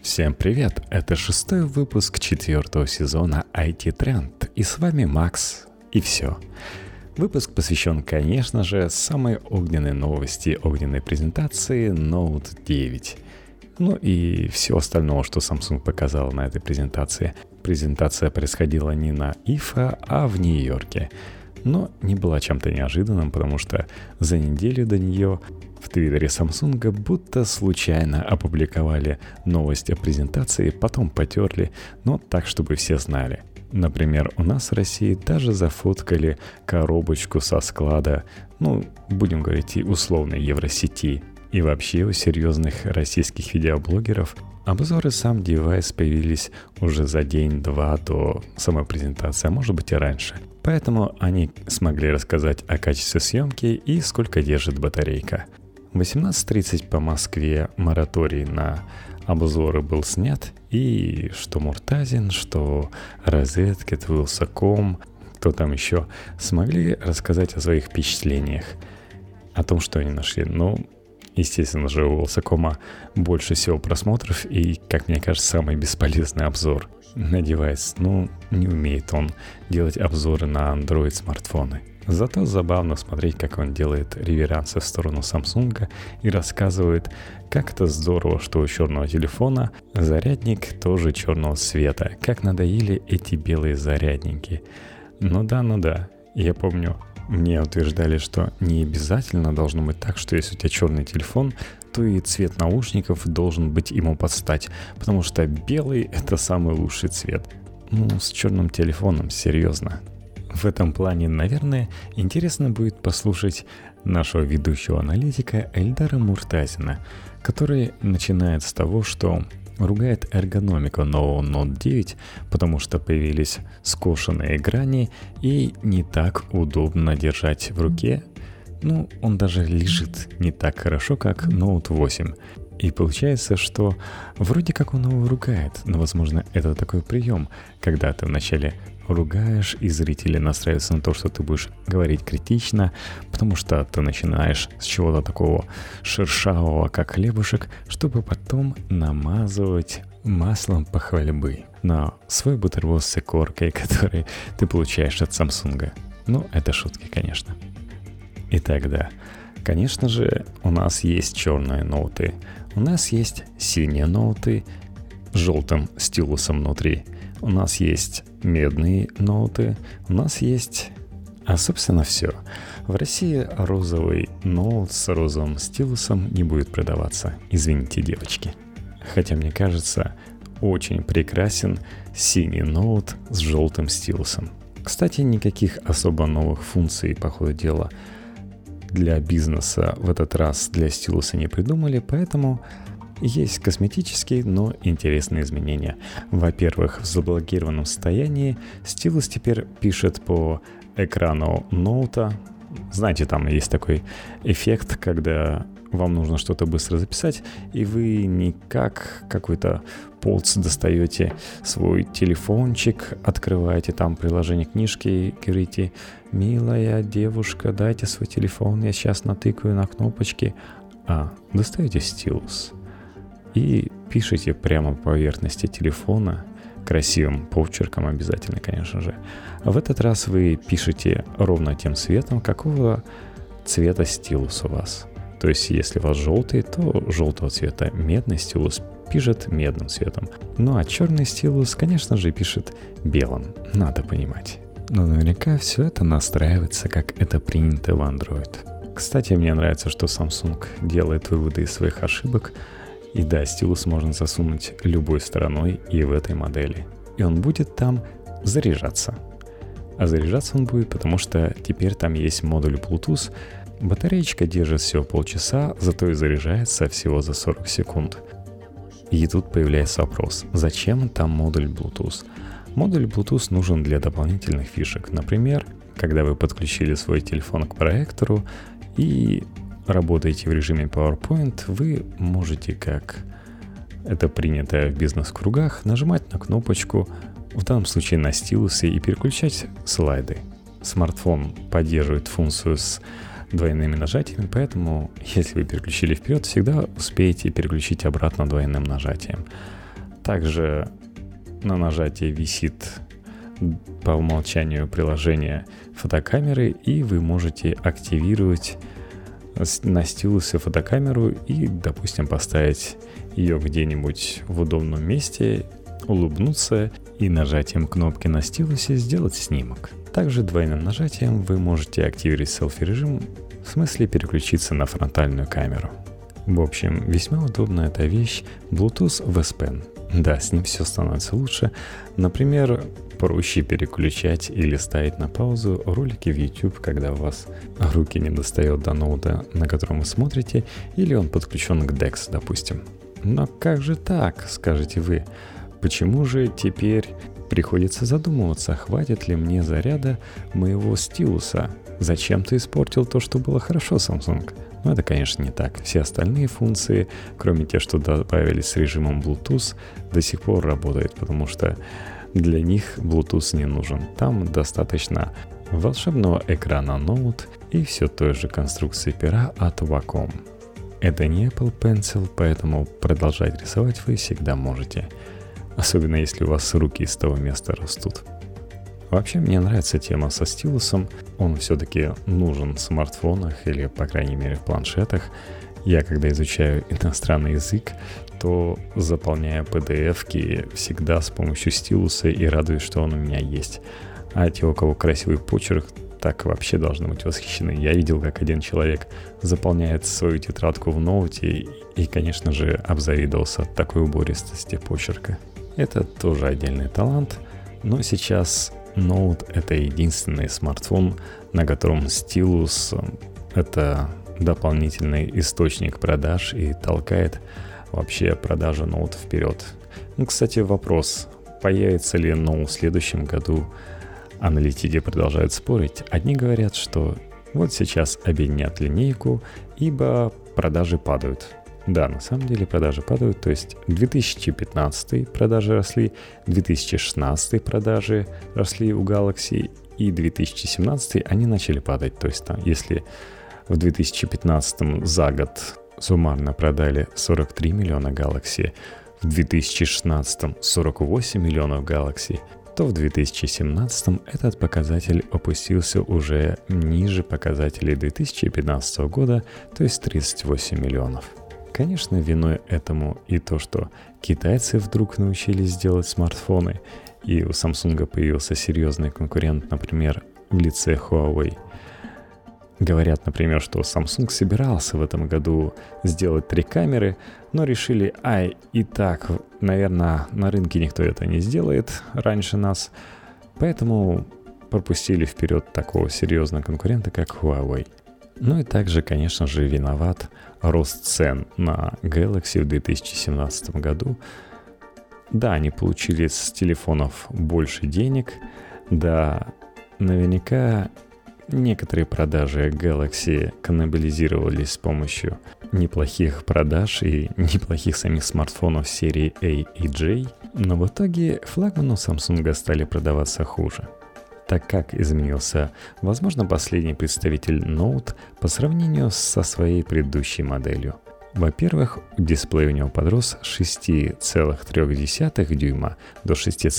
Всем привет! Это 6-й выпуск 4-го сезона IT Trend, и с вами Макс, и все. Выпуск посвящен, конечно же, самой огненной новости, огненной презентации Note 9. Ну и все остального, что Samsung показал на этой презентации. Презентация происходила не на IFA, а в Нью-Йорке. Но не была чем-то неожиданным, потому что за неделю до нее в твиттере Samsung будто случайно опубликовали новость о презентации, потом потерли, но так, чтобы все знали. Например, у нас в России даже зафоткали коробочку со склада, будем говорить, и условной Евросети. И вообще у серьезных российских видеоблогеров обзоры сам девайс появились уже за день-два до самой презентации, а может быть и раньше. Поэтому они смогли рассказать о качестве съемки и сколько держит батарейка. В 18:30 по Москве мораторий на обзоры был снят, и что Муртазин, что Розеткед, Wylsacom, кто там еще, смогли рассказать о своих впечатлениях, о том, что они нашли. Естественно же, у Wylsacom больше всего просмотров и, как мне кажется, самый бесполезный обзор на девайс. Не умеет он делать обзоры на Android-смартфоны. Зато забавно смотреть, как он делает реверансы в сторону Samsung и рассказывает, как это здорово, что у черного телефона зарядник тоже черного цвета, как надоели эти белые зарядники. Ну да, я помню, мне утверждали, что не обязательно должно быть так, что если у тебя черный телефон, то и цвет наушников должен быть ему под стать, потому что белый — это самый лучший цвет. С черным телефоном, серьезно. В этом плане, наверное, интересно будет послушать нашего ведущего аналитика Эльдара Муртазина, который начинает с того, что ругает эргономику нового Note 9, потому что появились скошенные грани и не так удобно держать в руке. Он даже лежит не так хорошо, как Note 8. И получается, что вроде как он его ругает, но, возможно, это такой прием, когда ты вначале ругаешь, и зрители настраиваются на то, что ты будешь говорить критично, потому что ты начинаешь с чего-то такого шершавого, как хлебушек, чтобы потом намазывать маслом похвальбы на свой бутерброд с икоркой, который ты получаешь от Samsung. Это шутки, конечно. Итак, да. Конечно же, у нас есть черные ноуты, у нас есть синие ноуты с желтым стилусом внутри, у нас есть медные ноуты, у нас есть... собственно, все. В России розовый ноут с розовым стилусом не будет продаваться. Извините, девочки. Хотя, мне кажется, очень прекрасен синий ноут с желтым стилусом. Кстати, никаких особо новых функций, по ходу дела, для бизнеса в этот раз для стилуса не придумали, поэтому есть косметические, но интересные изменения. Во-первых, в заблокированном состоянии стилус теперь пишет по экрану ноута. Знаете, там есть такой эффект, когда вам нужно что-то быстро записать, и вы не как какой-то полз достаете свой телефончик, открываете там приложение книжки и говорите: «Милая девушка, дайте свой телефон, я сейчас натыкаю на кнопочки». Достаете стилус и пишите прямо по поверхности телефона, красивым почерком обязательно, конечно же. В этот раз вы пишете ровно тем цветом, какого цвета стилус у вас. То есть, если у вас желтый, то желтого цвета. Медный стилус пишет медным цветом. А черный стилус, конечно же, пишет белым. Надо понимать. Но наверняка все это настраивается, как это принято в Android. Кстати, мне нравится, что Samsung делает выводы из своих ошибок. И да, стилус можно засунуть любой стороной и в этой модели. И он будет там заряжаться. А заряжаться он будет, потому что теперь там есть модуль Bluetooth. Батареечка держит всего полчаса, зато и заряжается всего за 40 секунд. И тут появляется вопрос: зачем там модуль Bluetooth? Модуль Bluetooth нужен для дополнительных фишек. Например, когда вы подключили свой телефон к проектору и работаете в режиме PowerPoint, вы можете, как это принято в бизнес-кругах, нажимать на кнопочку, в данном случае на стилусы, и переключать слайды. Смартфон поддерживает функцию с двойными нажатиями, поэтому если вы переключили вперед, всегда успеете переключить обратно двойным нажатием. Также на нажатие висит по умолчанию приложение фотокамеры, и вы можете активировать на стилусе фотокамеру и, допустим, поставить ее где-нибудь в удобном месте, улыбнуться и нажатием кнопки на стилусе сделать снимок. Также двойным нажатием вы можете активировать селфи-режим, в смысле переключиться на фронтальную камеру. В общем, весьма удобна эта вещь Bluetooth V Pen. Да, с ним все становится лучше. Например, проще переключать или ставить на паузу ролики в YouTube, когда у вас руки не достают до ноута, на котором вы смотрите, или он подключен к DeX, допустим. Но как же так, скажете вы? Почему же теперь приходится задумываться, хватит ли мне заряда моего стилуса? Зачем ты испортил то, что было хорошо, Samsung? Но это, конечно, не так. Все остальные функции, кроме тех, что добавились с режимом Bluetooth, до сих пор работают, потому что для них Bluetooth не нужен. Там достаточно волшебного экрана Note и все той же конструкции пера от Wacom. Это не Apple Pencil, поэтому продолжать рисовать вы всегда можете. Особенно если у вас руки из того места растут. Вообще, мне нравится тема со стилусом. Он все-таки нужен в смартфонах или, по крайней мере, в планшетах. Я, когда изучаю иностранный язык, то заполняю PDF-ки всегда с помощью стилуса и радуюсь, что он у меня есть. А те, у кого красивый почерк, так вообще должны быть восхищены. Я видел, как один человек заполняет свою тетрадку в ноуте и, конечно же, обзавидовался такой убористости почерка. Это тоже отдельный талант, но сейчас Note — это единственный смартфон, на котором стилус — это дополнительный источник продаж и толкает вообще продажу Note вперед. Кстати, вопрос, появится ли Note в следующем году? Аналитики продолжают спорить. Одни говорят, что вот сейчас объединят линейку, ибо продажи падают. Да, на самом деле продажи падают, то есть 2015 продажи росли, 2016 продажи росли у Galaxy, и 2017 они начали падать. То есть там, если в 2015 за год суммарно продали 43 миллиона Galaxy, в 2016 48 миллионов Galaxy, то в 2017 этот показатель опустился уже ниже показателей 2015 года, то есть 38 миллионов. Конечно, виной этому и то, что китайцы вдруг научились делать смартфоны, и у Samsung появился серьезный конкурент, например, в лице Huawei. Говорят, например, что Samsung собирался в этом году сделать 3 камеры, но решили, и так, наверное, на рынке никто это не сделает раньше нас, поэтому пропустили вперед такого серьезного конкурента, как Huawei. Ну и также, конечно же, виноват рост цен на Galaxy в 2017 году. Да, они получили с телефонов больше денег. Да, наверняка некоторые продажи Galaxy каннибализировались с помощью неплохих продаж и неплохих самих смартфонов серии A и J. Но в итоге флагманы Samsung стали продаваться хуже. Так как изменился, возможно, последний представитель Note по сравнению со своей предыдущей моделью. Во-первых, дисплей у него подрос с 6,3 дюйма до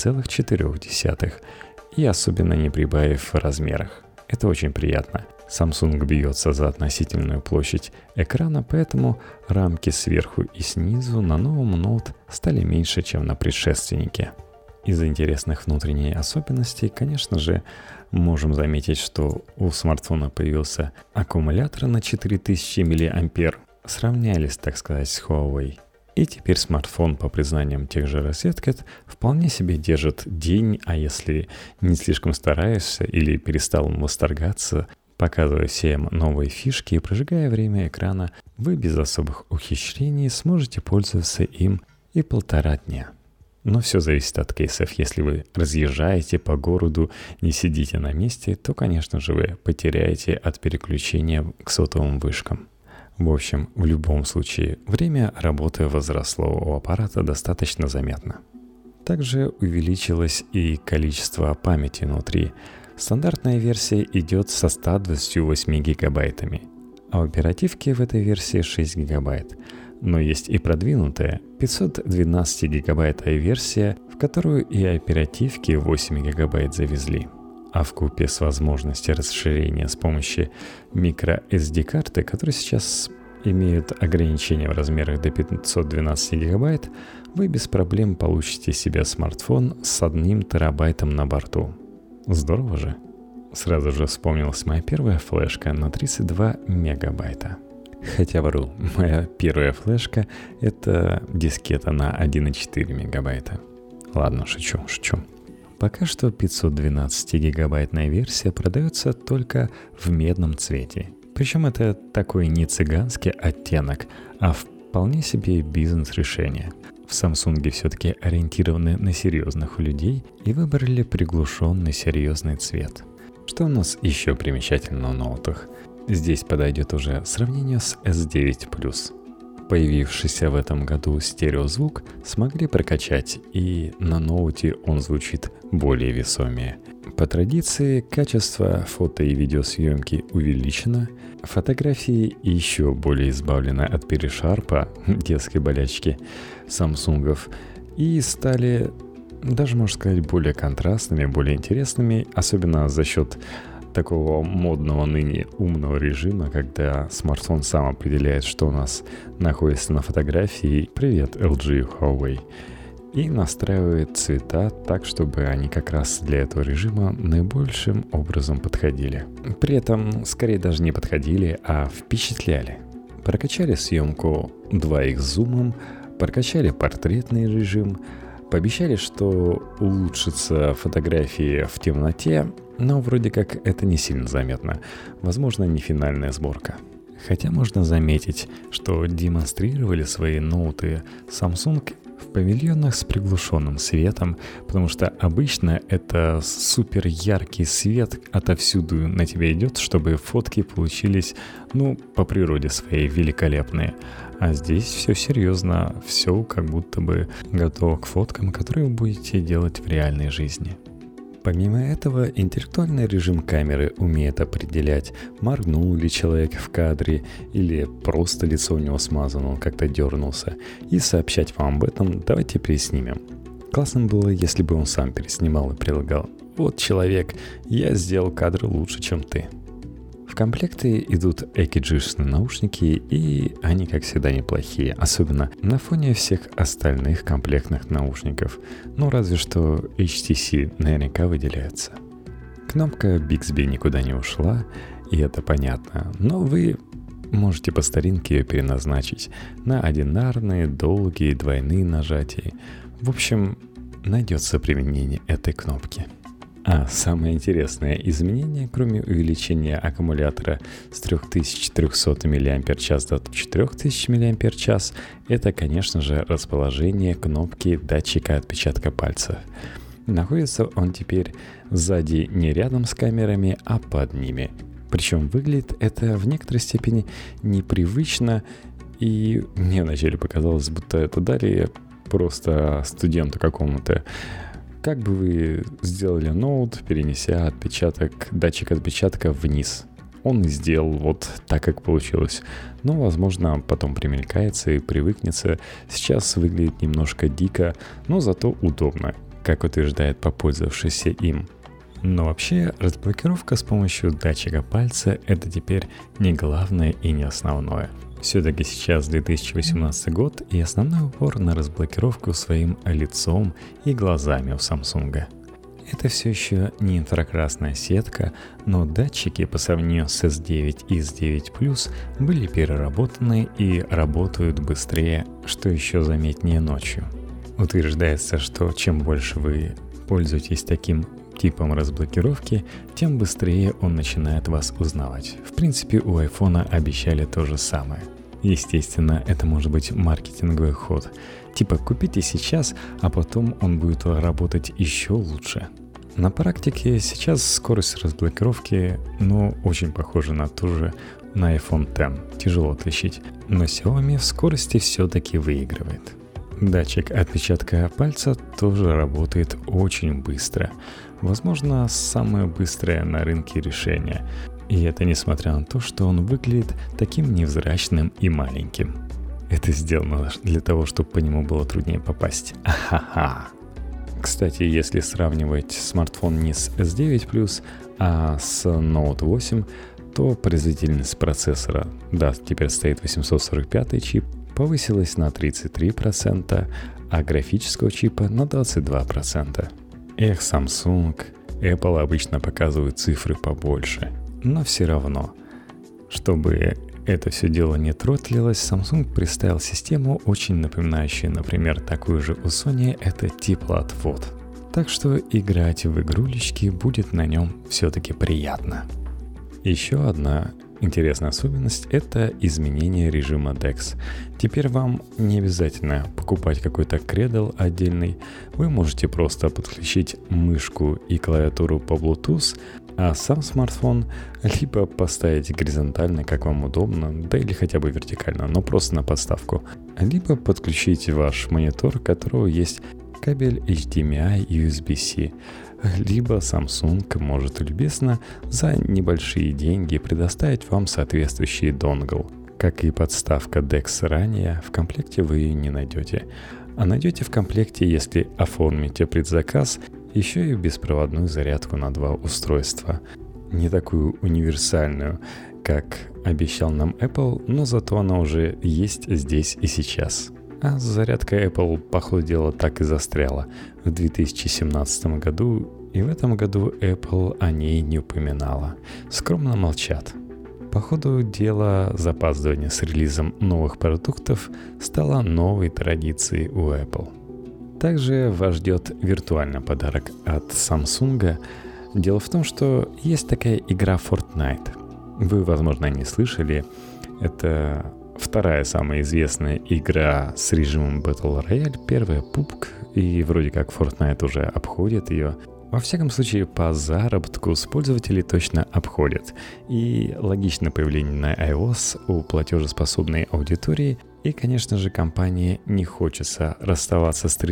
6,4 и особенно не прибавив в размерах. Это очень приятно. Samsung бьется за относительную площадь экрана, поэтому рамки сверху и снизу на новом Note стали меньше, чем на предшественнике. Из интересных внутренних особенностей, конечно же, можем заметить, что у смартфона появился аккумулятор на 4000 мАh. Сравнялись, так сказать, с Huawei. И теперь смартфон, по признаниям тех же Розеткед, вполне себе держит день, а если не слишком стараешься или перестал им восторгаться, показывая всем новые фишки и прожигая время экрана, вы без особых ухищрений сможете пользоваться им и 1,5 дня. Но все зависит от кейсов. Если вы разъезжаете по городу, не сидите на месте, то, конечно же, вы потеряете от переключения к сотовым вышкам. В общем, в любом случае, время работы возросло у аппарата достаточно заметно. Также увеличилось и количество памяти внутри. Стандартная версия идет со 128 гигабайтами, а у оперативки в этой версии 6 гигабайт. Но есть и продвинутая 512-гигабайтная версия, в которую и оперативки 8 гигабайт завезли. А вкупе с возможностью расширения с помощью microSD-карты, которые сейчас имеют ограничения в размерах до 512 гигабайт, вы без проблем получите себе смартфон с 1 терабайтом на борту. Здорово же! Сразу же вспомнилась моя первая флешка на 32 мегабайта. Хотя вру, моя первая флешка — это дискета на 1,4 мегабайта. Ладно, шучу. Пока что 512-гигабайтная версия продается только в медном цвете. Причем это такой не цыганский оттенок, а вполне себе бизнес-решение. В Samsung все-таки ориентированы на серьезных людей и выбрали приглушенный серьезный цвет. Что у нас еще примечательно в ноутах? Здесь подойдет уже сравнение с S9 Plus. Появившийся в этом году стереозвук смогли прокачать, и на ноуте он звучит более весомее. По традиции, качество фото и видеосъемки увеличено, фотографии еще более избавлены от перешарпа, детской болячки самсунгов, и стали, даже можно сказать, более контрастными, более интересными, особенно за счет такого модного ныне умного режима, когда смартфон сам определяет, что у нас находится на фотографии. Привет, LG и Huawei. И настраивает цвета так, чтобы они как раз для этого режима наибольшим образом подходили. При этом скорее даже не подходили, а впечатляли. Прокачали съемку 2х зумом, прокачали портретный режим, пообещали, что улучшатся фотографии в темноте, но вроде как это не сильно заметно. Возможно, не финальная сборка. Хотя можно заметить, что демонстрировали свои ноуты Samsung в павильонах с приглушенным светом, потому что обычно это супер яркий свет отовсюду на тебя идет, чтобы фотки получились, по природе своей великолепные. А здесь все серьезно, все как будто бы готово к фоткам, которые вы будете делать в реальной жизни. Помимо этого, интеллектуальный режим камеры умеет определять, моргнул ли человек в кадре или просто лицо у него смазано, он как-то дернулся, и сообщать вам об этом. Давайте переснимем. Классно было, если бы он сам переснимал и прилагал: вот человек, я сделал кадр лучше, чем ты. В комплекте идут AKG-шные наушники, и они, как всегда, неплохие, особенно на фоне всех остальных комплектных наушников. Разве что HTC наверняка выделяется. Кнопка Bixby никуда не ушла, и это понятно, но вы можете по старинке ее переназначить на одинарные, долгие, двойные нажатия. В общем, найдется применение этой кнопки. А самое интересное изменение, кроме увеличения аккумулятора с 3300 мАч до 4000 мАч, это, конечно же, расположение кнопки датчика отпечатка пальцев. Находится он теперь сзади не рядом с камерами, а под ними. Причем выглядит это в некоторой степени непривычно, и мне вначале показалось, будто это дали просто студенту какому-то. Как бы вы сделали ноут, перенеся датчик отпечатка вниз? Он и сделал вот так, как получилось. Но, возможно, потом примелькается и привыкнется. Сейчас выглядит немножко дико, но зато удобно, как утверждает попользовавшийся им. Но вообще, разблокировка с помощью датчика пальца — это теперь не главное и не основное. Все-таки сейчас 2018 год, и основной упор на разблокировку своим лицом и глазами у Samsung. Это все еще не инфракрасная сетка, но датчики по сравнению с S9 и S9 Plus были переработаны и работают быстрее, что еще заметнее ночью. Утверждается, что чем больше вы пользуетесь таким типом разблокировки, тем быстрее он начинает вас узнавать. В принципе, у iPhone обещали то же самое. Естественно, это может быть маркетинговый ход. Типа купите сейчас, а потом он будет работать еще лучше. На практике сейчас скорость разблокировки, очень похожа на ту же на iPhone X. Тяжело отличить. Но Xiaomi в скорости все-таки выигрывает. Датчик отпечатка пальца тоже работает очень быстро. Возможно, самое быстрое на рынке решение. И это несмотря на то, что он выглядит таким невзрачным и маленьким. Это сделано для того, чтобы по нему было труднее попасть. Ахаха. Кстати, если сравнивать смартфон не с S9 Plus, а с Note 8, то производительность процессора, да, теперь стоит 845 чип, повысилась на 33%, а графического чипа на 22%. Эх, Samsung, Apple обычно показывают цифры побольше, но все равно, чтобы это все дело не тротлилось, Samsung представил систему, очень напоминающую, например, такую же у Sony, это теплоотвод. Так что играть в игрулечки будет на нем все-таки приятно. Еще одна интересная особенность – это изменение режима DeX. Теперь вам не обязательно покупать какой-то Cradle отдельный, вы можете просто подключить мышку и клавиатуру по Bluetooth, а сам смартфон либо поставить горизонтально, как вам удобно, да или хотя бы вертикально, но просто на подставку, либо подключить ваш монитор, у которого есть кабель HDMI и USB-C, либо Samsung может любезно за небольшие деньги предоставить вам соответствующий донгл. Как и подставка DeX ранее, в комплекте вы ее не найдете. А найдете в комплекте, если оформите предзаказ, еще и беспроводную зарядку на 2 устройства. Не такую универсальную, как обещал нам Apple, но зато она уже есть здесь и сейчас. А зарядка Apple, по ходу дела, так и застряла в 2017 году, и в этом году Apple о ней не упоминала. Скромно молчат. По ходу дела, запаздывание с релизом новых продуктов стало новой традицией у Apple. Также вас ждет виртуальный подарок от Samsung. Дело в том, что есть такая игра Fortnite. Вы, возможно, не слышали. Это вторая самая известная игра с режимом Battle Royale. Первая PUBG, и вроде как Fortnite уже обходит ее. Во всяком случае, по заработку пользователи точно обходят. И логично появление на iOS у платежеспособной аудитории. И, конечно же, компании не хочется расставаться с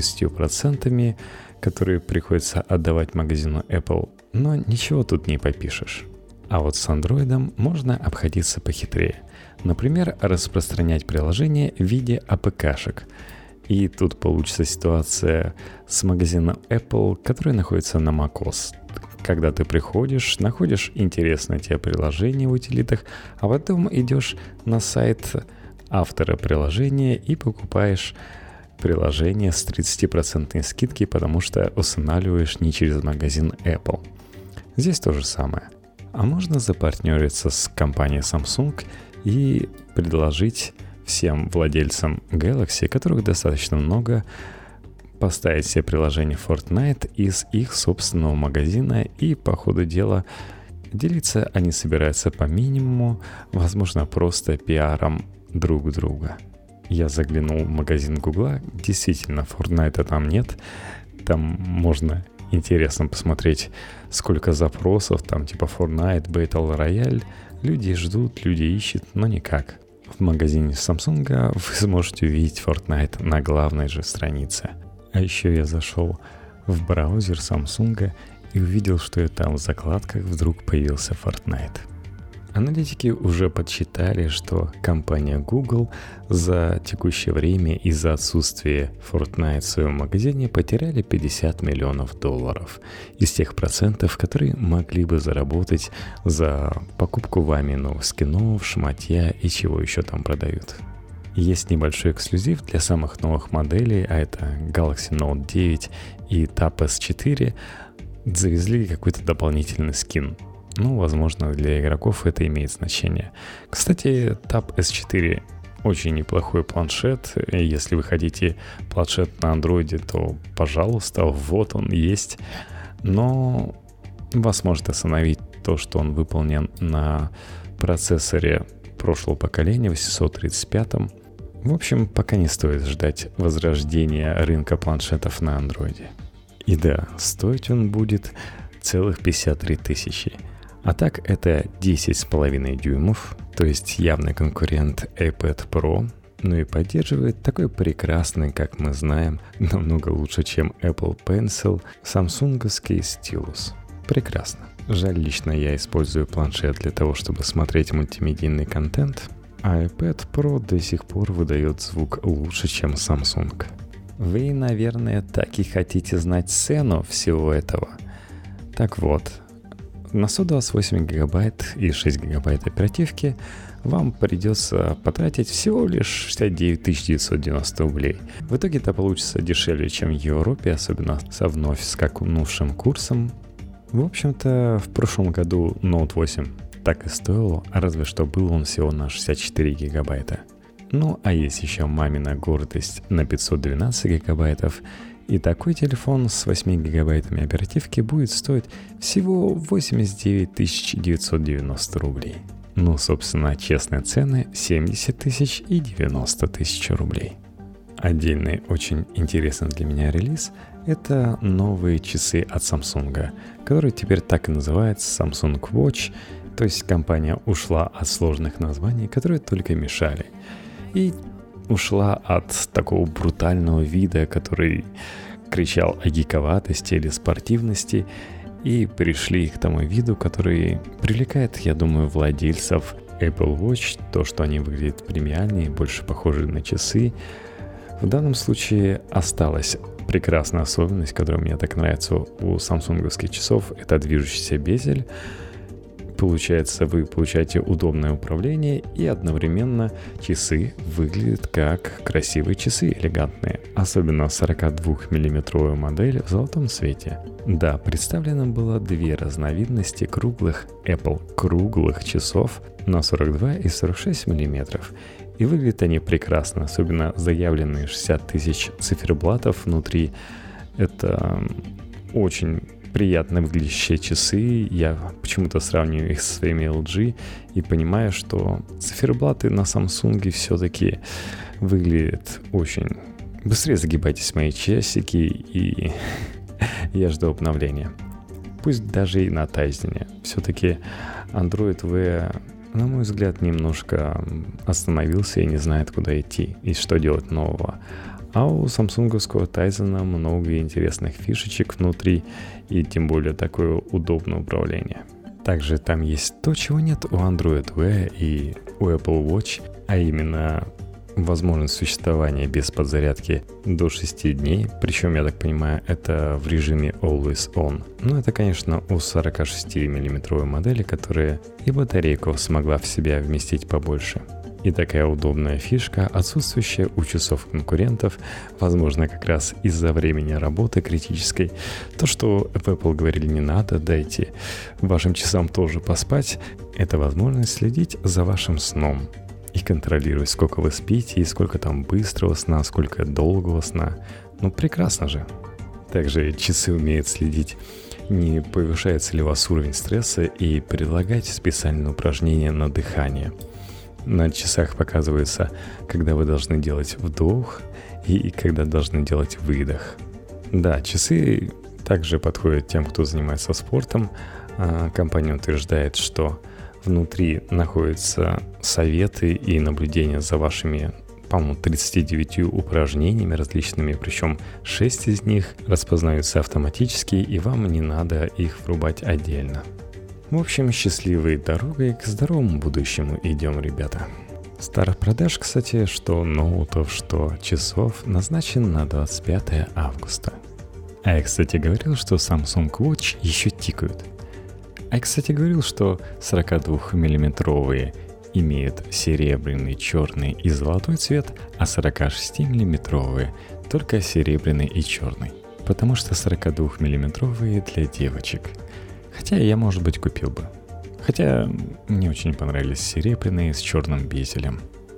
30%, которые приходится отдавать магазину Apple. Но ничего тут не попишешь. А вот с Android можно обходиться похитрее. Например, распространять приложение в виде APK-шек. И тут получится ситуация с магазином Apple, который находится на macOS. Когда ты приходишь, находишь интересное тебе приложение в утилитах, а потом идешь на сайт автора приложения и покупаешь приложение с 30% скидки, потому что устанавливаешь не через магазин Apple. Здесь то же самое. А можно запартнериться с компанией Samsung и предложить всем владельцам Galaxy, которых достаточно много, поставить себе приложение Fortnite из их собственного магазина, и по ходу дела делиться они собираются по минимуму, возможно, просто пиаром друг друга. Я заглянул в магазин Гугла, действительно, Fortnite там нет, там можно интересно посмотреть, сколько запросов, там типа Fortnite, Battle Royale, люди ждут, люди ищут, но никак. В магазине Samsung вы сможете увидеть Fortnite на главной же странице. А еще я зашел в браузер Samsung и увидел, что там в закладках вдруг появился Fortnite. Аналитики уже подсчитали, что компания Google за текущее время из-за отсутствия Fortnite в своем магазине потеряли $50 миллионов из тех процентов, которые могли бы заработать за покупку вами новых скинов, шматья и чего еще там продают. Есть небольшой эксклюзив для самых новых моделей, а это Galaxy Note 9 и Tab S4. Завезли какой-то дополнительный скин. Ну, возможно, для игроков это имеет значение. Кстати, Tab S4 очень неплохой планшет. Если вы хотите планшет на андроиде, то, пожалуйста, вот он есть. Но вас может остановить то, что он выполнен на процессоре прошлого поколения, 835-м. В общем, пока не стоит ждать возрождения рынка планшетов на андроиде. И да, стоить он будет целых 53 тысячи. А так это 10,5 дюймов, то есть явный конкурент iPad Pro, ну и поддерживает такой прекрасный, как мы знаем, намного лучше, чем Apple Pencil, самсунговский стилус. Прекрасно. Жаль, лично я использую планшет для того, чтобы смотреть мультимедийный контент. а iPad Pro до сих пор выдает звук лучше, чем Samsung. Вы, наверное, так и хотите знать цену всего этого. Так вот, на 128 гигабайт и 6 гигабайт оперативки вам придется потратить всего лишь 69 990 рублей. В итоге это получится дешевле, чем в Европе, особенно со вновь скакнувшим курсом. В общем-то, в прошлом году Note 8 так и стоил, разве что был он всего на 64 гигабайта. Ну, а есть еще мамина гордость на 512 гигабайтов, и такой телефон с 8 гигабайтами оперативки будет стоить всего 89 990 рублей. Ну, собственно, честные цены 70 тысяч и 90 тысяч рублей. Отдельный очень интересный для меня релиз – это новые часы от Samsung, которые теперь так и называются Samsung Watch, то есть компания ушла от сложных названий, которые только мешали, и ушла от такого брутального вида, который кричал о гиковатости или спортивности, и пришли к тому виду, который привлекает, я думаю, владельцев Apple Watch, то, что они выглядят премиальнее, больше похожи на часы. В данном случае осталась прекрасная особенность, которая мне так нравится у самсунговских часов, это движущийся безель. Получается, вы получаете удобное управление, и одновременно часы выглядят как красивые часы, элегантные. Особенно 42-миллиметровая модель в золотом цвете. Да, представлено было две разновидности круглых Apple круглых часов на 42 и 46 миллиметров. И выглядят они прекрасно, особенно заявленные 60 тысяч циферблатов внутри. Это очень приятно выглядящие часы. Я почему-то сравниваю их со своими LG и понимаю, что циферблаты на Samsung все-таки выглядят очень... Быстрее загибайтесь мои часики, и я жду обновления. Пусть даже и на Тайзене. Все-таки Android Wear, на мой взгляд, немножко остановился и не знает, куда идти и что делать нового. А у самсунговского Тайзена много интересных фишечек внутри, и тем более такое удобное управление. Также там есть то, чего нет у Android Wear и у Apple Watch, а именно возможность существования без подзарядки до 6 дней, причем, я так понимаю, это в режиме Always On. Но это, конечно, у 46-миллиметровой модели, которая и батарейку смогла в себя вместить побольше. И такая удобная фишка, отсутствующая у часов конкурентов, возможно, как раз из-за времени работы критической. То, что в Apple говорили не надо, дайте вашим часам тоже поспать, это возможность следить за вашим сном и контролировать, сколько вы спите и сколько там быстрого сна, сколько долгого сна. Ну, прекрасно же. Также часы умеют следить, не повышается ли у вас уровень стресса, и предлагать специальные упражнения на дыхание. На часах показывается, когда вы должны делать вдох и когда должны делать выдох. Да, часы также подходят тем, кто занимается спортом. Компания утверждает, что внутри находятся советы и наблюдения за вашими, по-моему, 39 упражнениями различными, причем 6 из них распознаются автоматически, и вам не надо их врубать отдельно. В общем, счастливой дорогой к здоровому будущему идем, ребята. Старт продаж, кстати, что ноутов, что часов, назначен на 25 августа. А я, кстати, говорил, что Samsung Watch еще тикают. А я, кстати, говорил, что 42-миллиметровые имеют серебряный, черный и золотой цвет, а 46-миллиметровые только серебряный и черный. Потому что 42-миллиметровые для девочек. Хотя я, может быть, купил бы. Хотя мне очень понравились серебряные с черным безелем.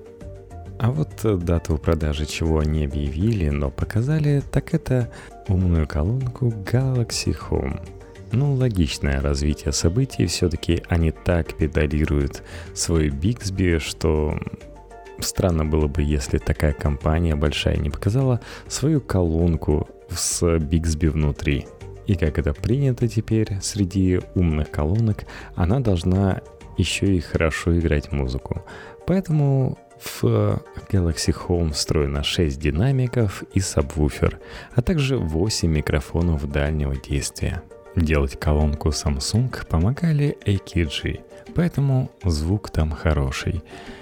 А вот дату продажи, чего не объявили, но показали, так это умную колонку Galaxy Home. Ну, логичное развитие событий, все-таки они так педалируют свой Bixby, что странно было бы, если такая компания большая не показала свою колонку с Bixby внутри. И как это принято теперь среди умных колонок, она должна еще и хорошо играть музыку. Поэтому в Galaxy Home встроено 6 динамиков и сабвуфер, а также 8 микрофонов дальнего действия. Делать колонку Samsung помогали AKG, поэтому звук там хороший.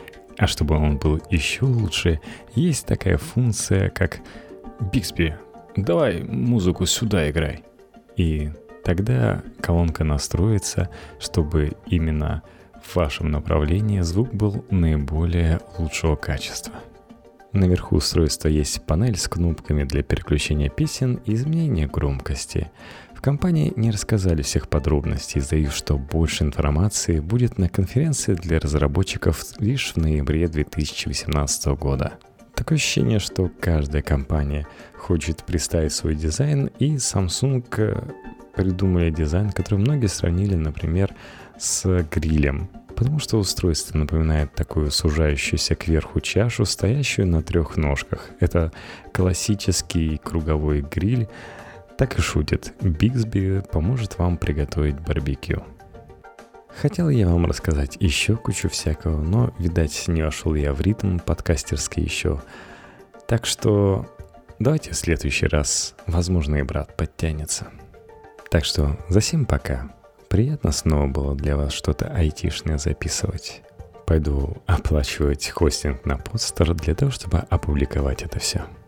А чтобы он был еще лучше, есть такая функция, как «Биксби, давай музыку сюда играй». И тогда колонка настроится, чтобы именно в вашем направлении звук был наиболее лучшего качества. Наверху устройства есть панель с кнопками для переключения песен и изменения громкости. В компании не рассказали всех подробностей, заявив, что больше информации будет на конференции для разработчиков лишь в ноябре 2018 года. Такое ощущение, что каждая компания хочет представить свой дизайн, и Samsung придумали дизайн, который многие сравнили, например, с грилем. Потому что устройство напоминает такую сужающуюся кверху чашу, стоящую на 3 ножках. Это классический круговой гриль. Так и шутит, Bixby поможет вам приготовить барбекю. Хотел я вам рассказать еще кучу всякого, но, видать, не вошел я в ритм подкастерский еще. Так что давайте в следующий раз, возможно, и брат подтянется. Так что за сим пока. Приятно снова было для вас что-то айтишное записывать. Пойду оплачивать хостинг на Podster для того, чтобы опубликовать это все.